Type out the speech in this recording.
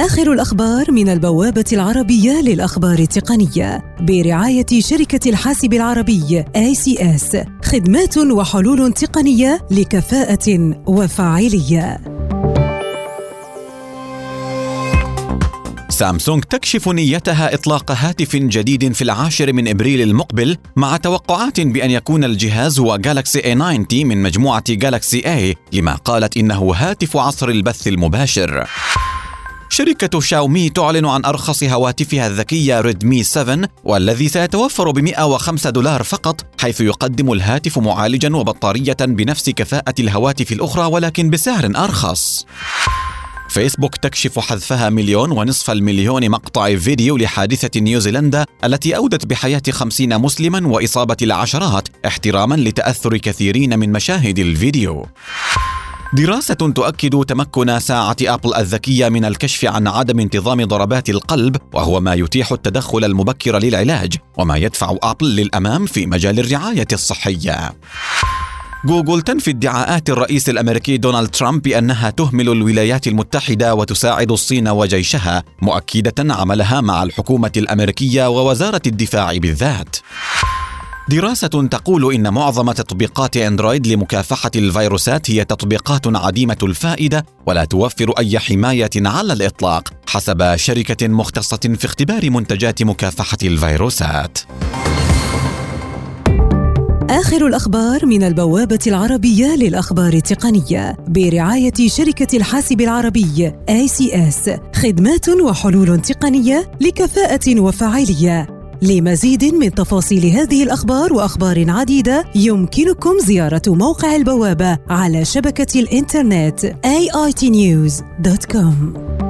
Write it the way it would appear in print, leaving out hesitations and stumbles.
آخر الأخبار من البوابة العربية للأخبار التقنية برعاية شركة الحاسب العربي ACS، خدمات وحلول تقنية لكفاءة وفاعلية. سامسونج تكشف نيتها إطلاق هاتف جديد في 10 من إبريل المقبل، مع توقعات بأن يكون الجهاز هو جالاكسي A90 من مجموعة جالاكسي A، لما قالت إنه هاتف عصر البث المباشر. شركة شاومي تعلن عن أرخص هواتفها الذكية ريدمي 7، والذي سيتوفر $105 فقط، حيث يقدم الهاتف معالجاً وبطارية بنفس كفاءة الهواتف الأخرى ولكن بسعر أرخص. فيسبوك تكشف حذفها 1.5 مليون مقطع فيديو لحادثة نيوزيلندا التي أودت بحياة 50 مسلما وإصابة العشرات، احتراما لتأثر كثيرين من مشاهد الفيديو. دراسة تؤكد تمكن ساعة أبل الذكية من الكشف عن عدم انتظام ضربات القلب، وهو ما يتيح التدخل المبكر للعلاج، وما يدفع أبل للأمام في مجال الرعاية الصحية. جوجل تنفي ادعاءات الرئيس الأمريكي دونالد ترامب بأنها تهمل الولايات المتحدة وتساعد الصين وجيشها، مؤكدة عملها مع الحكومة الأمريكية ووزارة الدفاع بالذات. دراسة تقول إن معظم تطبيقات أندرويد لمكافحة الفيروسات هي تطبيقات عديمة الفائدة ولا توفر أي حماية على الإطلاق، حسب شركة مختصة في اختبار منتجات مكافحة الفيروسات. آخر الأخبار من البوابة العربية للأخبار التقنية برعاية شركة الحاسب العربي ACS، خدمات وحلول تقنية لكفاءة وفاعلية. لمزيد من تفاصيل هذه الأخبار وأخبار عديدة يمكنكم زيارة موقع البوابة على شبكة الإنترنت AITnews.com.